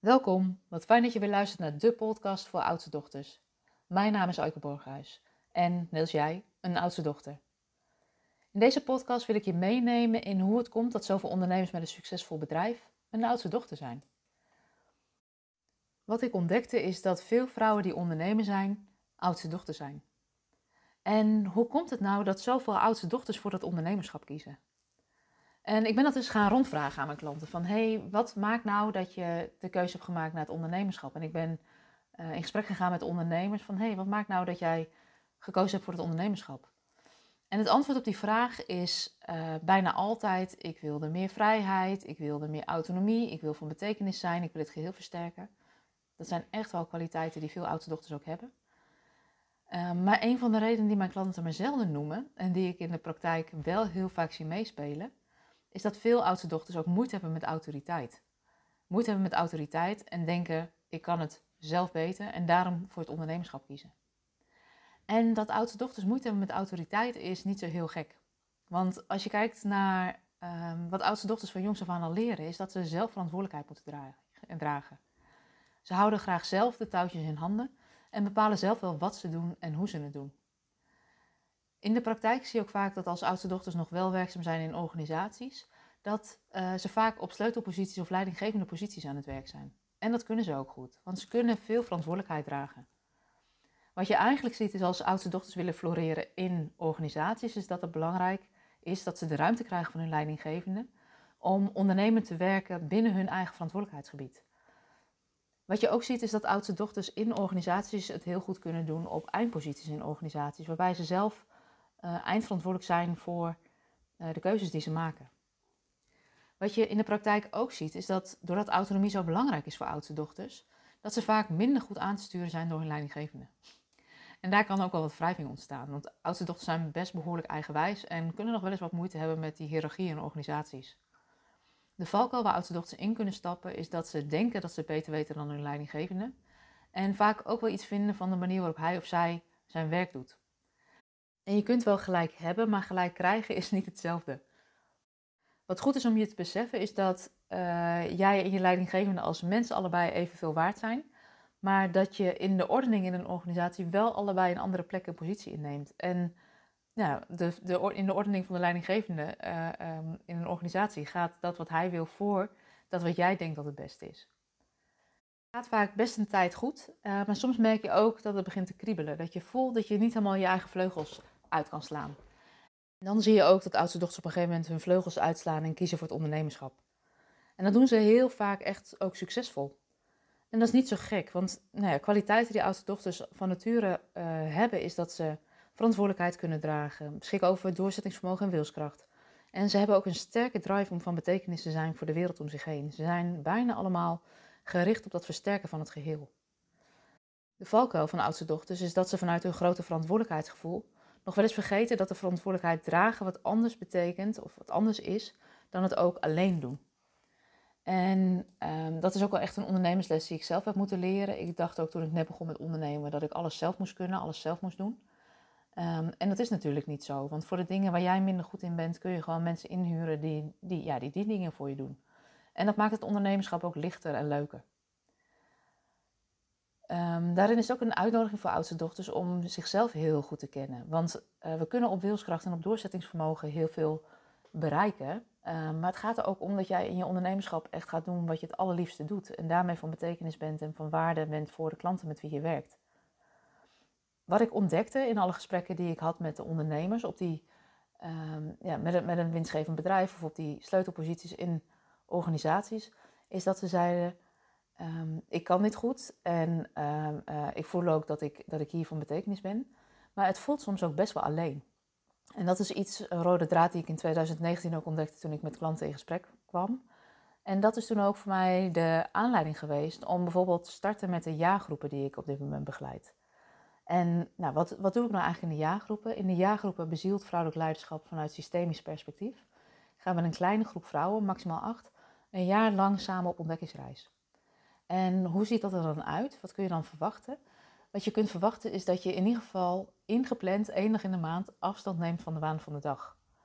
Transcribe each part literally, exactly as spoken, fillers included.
Welkom, wat fijn dat je weer luistert naar de podcast voor oudste dochters. Mijn naam is Aike Borghuis en, net als jij, een oudste dochter. In deze podcast wil ik je meenemen in hoe het komt dat zoveel ondernemers met een succesvol bedrijf een oudste dochter zijn. Wat ik ontdekte is dat veel vrouwen die ondernemer zijn, oudste dochter zijn. En hoe komt het nou dat zoveel oudste dochters voor dat ondernemerschap kiezen? En ik ben dat eens gaan rondvragen aan mijn klanten van, hey, wat maakt nou dat je de keuze hebt gemaakt naar het ondernemerschap? En ik ben uh, in gesprek gegaan met ondernemers van, hey, wat maakt nou dat jij gekozen hebt voor het ondernemerschap? En het antwoord op die vraag is uh, bijna altijd, ik wilde meer vrijheid, ik wilde meer autonomie, ik wil van betekenis zijn, ik wil het geheel versterken. Dat zijn echt wel kwaliteiten die veel oudste dochters ook hebben. Uh, maar een van de redenen die mijn klanten me zelden noemen en die ik in de praktijk wel heel vaak zie meespelen, is dat veel oudste dochters ook moeite hebben met autoriteit. Moeite hebben met autoriteit en denken, ik kan het zelf beter en daarom voor het ondernemerschap kiezen. En dat oudste dochters moeite hebben met autoriteit is niet zo heel gek. Want als je kijkt naar um, wat oudste dochters van jongs af aan al leren, is dat ze zelf verantwoordelijkheid moeten dragen. Ze houden graag zelf de touwtjes in handen en bepalen zelf wel wat ze doen en hoe ze het doen. In de praktijk zie je ook vaak dat als oudste dochters nog wel werkzaam zijn in organisaties, dat uh, ze vaak op sleutelposities of leidinggevende posities aan het werk zijn. En dat kunnen ze ook goed, want ze kunnen veel verantwoordelijkheid dragen. Wat je eigenlijk ziet is als oudste dochters willen floreren in organisaties, is dat het belangrijk is dat ze de ruimte krijgen van hun leidinggevende om ondernemend te werken binnen hun eigen verantwoordelijkheidsgebied. Wat je ook ziet is dat oudste dochters in organisaties het heel goed kunnen doen op eindposities in organisaties, waarbij ze zelf uh, eindverantwoordelijk zijn voor uh, de keuzes die ze maken. Wat je in de praktijk ook ziet is dat doordat autonomie zo belangrijk is voor oudste dochters, dat ze vaak minder goed aan te sturen zijn door hun leidinggevende. En daar kan ook wel wat wrijving ontstaan, want oudste dochters zijn best behoorlijk eigenwijs en kunnen nog wel eens wat moeite hebben met die hiërarchie in organisaties. De valkuil waar oudste dochters in kunnen stappen is dat ze denken dat ze het beter weten dan hun leidinggevende en vaak ook wel iets vinden van de manier waarop hij of zij zijn werk doet. En je kunt wel gelijk hebben, maar gelijk krijgen is niet hetzelfde. Wat goed is om je te beseffen is dat uh, jij en je leidinggevende als mensen allebei evenveel waard zijn, maar dat je in de ordening in een organisatie wel allebei een andere plek en positie inneemt. En ja, de, de, in de ordening van de leidinggevende uh, um, in een organisatie gaat dat wat hij wil voor dat wat jij denkt dat het beste is. Het gaat vaak best een tijd goed, uh, maar soms merk je ook dat het begint te kriebelen. Dat je voelt dat je niet helemaal je eigen vleugels uit kan slaan. En dan zie je ook dat oudste dochters op een gegeven moment hun vleugels uitslaan en kiezen voor het ondernemerschap. En dat doen ze heel vaak echt ook succesvol. En dat is niet zo gek, want nou ja, kwaliteiten die oudste dochters van nature uh, hebben, is dat ze verantwoordelijkheid kunnen dragen, beschikken over doorzettingsvermogen en wilskracht. En ze hebben ook een sterke drive om van betekenis te zijn voor de wereld om zich heen. Ze zijn bijna allemaal gericht op dat versterken van het geheel. De valkuil van oudste dochters is dat ze vanuit hun grote verantwoordelijkheidsgevoel nog wel eens vergeten dat de verantwoordelijkheid dragen wat anders betekent of wat anders is dan het ook alleen doen. En um, dat is ook wel echt een ondernemersles die ik zelf heb moeten leren. Ik dacht ook toen ik net begon met ondernemen dat ik alles zelf moest kunnen, alles zelf moest doen. Um, en dat is natuurlijk niet zo, want voor de dingen waar jij minder goed in bent kun je gewoon mensen inhuren die die, ja, die, die dingen voor je doen. En dat maakt het ondernemerschap ook lichter en leuker. Um, daarin is ook een uitnodiging voor oudste dochters om zichzelf heel goed te kennen. Want uh, we kunnen op wilskracht en op doorzettingsvermogen heel veel bereiken. Uh, maar het gaat er ook om dat jij in je ondernemerschap echt gaat doen wat je het allerliefste doet. En daarmee van betekenis bent en van waarde bent voor de klanten met wie je werkt. Wat ik ontdekte in alle gesprekken die ik had met de ondernemers op die, um, ja, met, een, met een winstgevend bedrijf of op die sleutelposities in organisaties, is dat ze zeiden, Um, ik kan dit goed en um, uh, ik voel ook dat ik, dat ik hier van betekenis ben. Maar het voelt soms ook best wel alleen. En dat is iets, een rode draad die ik in twintig negentien ook ontdekte toen ik met klanten in gesprek kwam. En dat is toen ook voor mij de aanleiding geweest om bijvoorbeeld te starten met de jaargroepen die ik op dit moment begeleid. En nou, wat, wat doe ik nou eigenlijk in de jaargroepen? In de jaargroepen bezield vrouwelijk leiderschap vanuit systemisch perspectief. Ik ga met een kleine groep vrouwen, maximaal acht, een jaar lang samen op ontdekkingsreis. En hoe ziet dat er dan uit? Wat kun je dan verwachten? Wat je kunt verwachten is dat je in ieder geval ingepland één dag in de maand afstand neemt van de waan van de dag.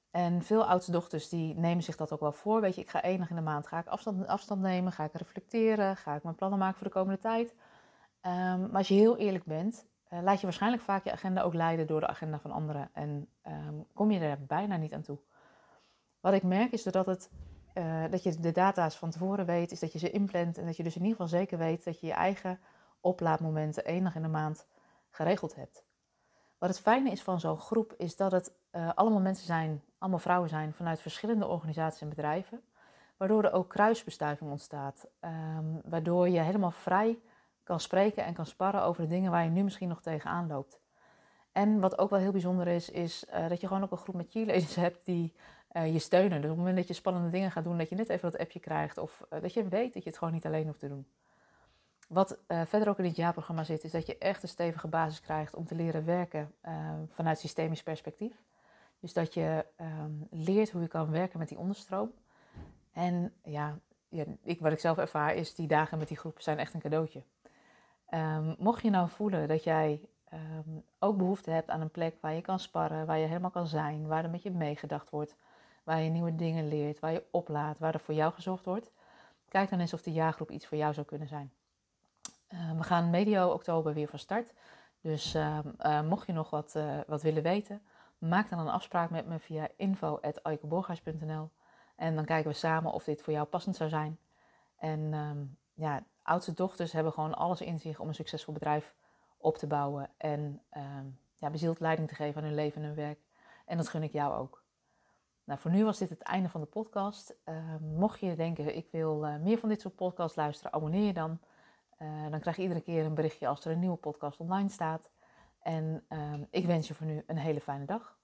En veel oudste dochters die nemen zich dat ook wel voor. Weet je, ik ga één dag in de maand ga ik afstand, afstand nemen, ga ik reflecteren, ga ik mijn plannen maken voor de komende tijd. Um, maar als je heel eerlijk bent, uh, laat je waarschijnlijk vaak je agenda ook leiden door de agenda van anderen. En um, kom je er bijna niet aan toe. Wat ik merk is doordat het, uh, dat je de data's van tevoren weet, is dat je ze inplant. En dat je dus in ieder geval zeker weet dat je je eigen oplaadmomenten één dag in de maand geregeld hebt. Wat het fijne is van zo'n groep is dat het uh, allemaal mensen zijn, allemaal vrouwen zijn vanuit verschillende organisaties en bedrijven. Waardoor er ook kruisbestuiving ontstaat. Um, waardoor je helemaal vrij kan spreken en kan sparren over de dingen waar je nu misschien nog tegenaan loopt. En wat ook wel heel bijzonder is, is uh, dat je gewoon ook een groep met cheerleaders hebt die uh, je steunen. Dus op het moment dat je spannende dingen gaat doen, dat je net even dat appje krijgt. Of uh, dat je weet dat je het gewoon niet alleen hoeft te doen. Wat uh, verder ook in het jaarprogramma zit, is dat je echt een stevige basis krijgt om te leren werken uh, vanuit systemisch perspectief. Dus dat je um, leert hoe je kan werken met die onderstroom. En ja, ja ik, wat ik zelf ervaar is, die dagen met die groep zijn echt een cadeautje. Um, mocht je nou voelen dat jij um, ook behoefte hebt aan een plek waar je kan sparren, waar je helemaal kan zijn, waar er met je meegedacht wordt, waar je nieuwe dingen leert, waar je oplaadt, waar er voor jou gezorgd wordt, kijk dan eens of de jaargroep iets voor jou zou kunnen zijn. Uh, we gaan medio oktober weer van start. Dus uh, uh, mocht je nog wat, uh, wat willen weten, maak dan een afspraak met me via info at aikeborghuis punt n l. En dan kijken we samen of dit voor jou passend zou zijn. En um, ja, oudste dochters hebben gewoon alles in zich om een succesvol bedrijf op te bouwen. En um, ja, bezield leiding te geven aan hun leven en hun werk. En dat gun ik jou ook. Nou, voor nu was dit het einde van de podcast. Uh, mocht je denken, ik wil uh, meer van dit soort podcasts luisteren, abonneer je dan. Uh, dan krijg je iedere keer een berichtje als er een nieuwe podcast online staat. En uh, ik wens je voor nu een hele fijne dag.